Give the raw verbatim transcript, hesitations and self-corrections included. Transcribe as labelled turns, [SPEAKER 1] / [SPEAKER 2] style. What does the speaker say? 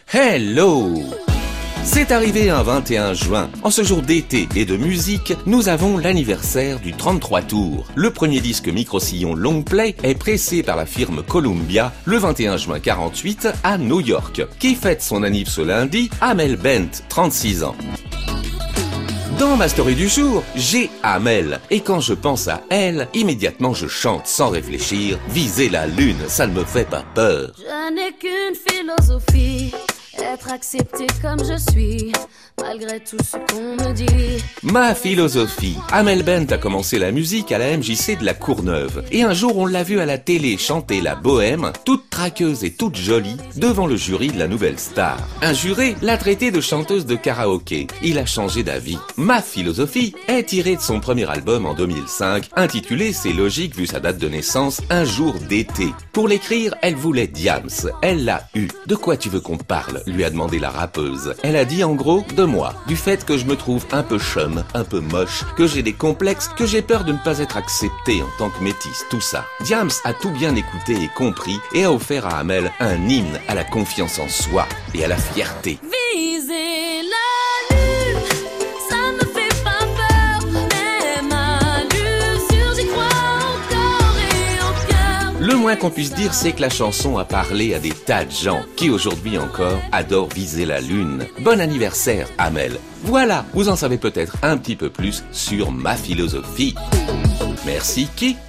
[SPEAKER 1] Hello! C'est arrivé un vingt et un juin. En ce jour d'été et de musique, nous avons l'anniversaire du trente-trois tours. Le premier disque micro-sillon long play est pressé par la firme Columbia le vingt et un juin quarante-huit à New York. Qui fête son anniv ce lundi? Amel Bent, trente-six ans. Dans ma story du jour, j'ai Amel. Et quand je pense à elle, immédiatement je chante sans réfléchir. Viser la lune, ça ne me fait pas peur.
[SPEAKER 2] Je n'ai qu'une philosophie, être accepté comme je suis, malgré tout ce qu'on me dit.
[SPEAKER 1] Ma philosophie. Amel Bent a commencé la musique à la M J C de la Courneuve. Et un jour, on l'a vue à la télé chanter la bohème, toute traqueuse et toute jolie, devant le jury de la Nouvelle Star. Un juré l'a traitée de chanteuse de karaoké. Il a changé d'avis. Ma philosophie est tirée de son premier album en deux mille cinq, intitulé, c'est logique vu sa date de naissance, Un jour d'été. Pour l'écrire, elle voulait Diams. Elle l'a eu. De quoi tu veux qu'on parle? Lui a demandé la rappeuse. Elle a dit en gros de moi, du fait que je me trouve un peu chum, un peu moche, que j'ai des complexes, que j'ai peur de ne pas être acceptée en tant que métisse, tout ça. Diams a tout bien écouté et compris et a offert à Amel un hymne à la confiance en soi et à la fierté.
[SPEAKER 2] Viser la lune, ça me fait pas peur, même à l'usure, j'y crois encore et encore.
[SPEAKER 1] Le moins qu'on puisse dire, c'est que la chanson a parlé à des tas de gens qui aujourd'hui encore adorent viser la lune. Bon anniversaire, Amel. Voilà, vous en savez peut-être un petit peu plus sur ma philosophie. Merci qui?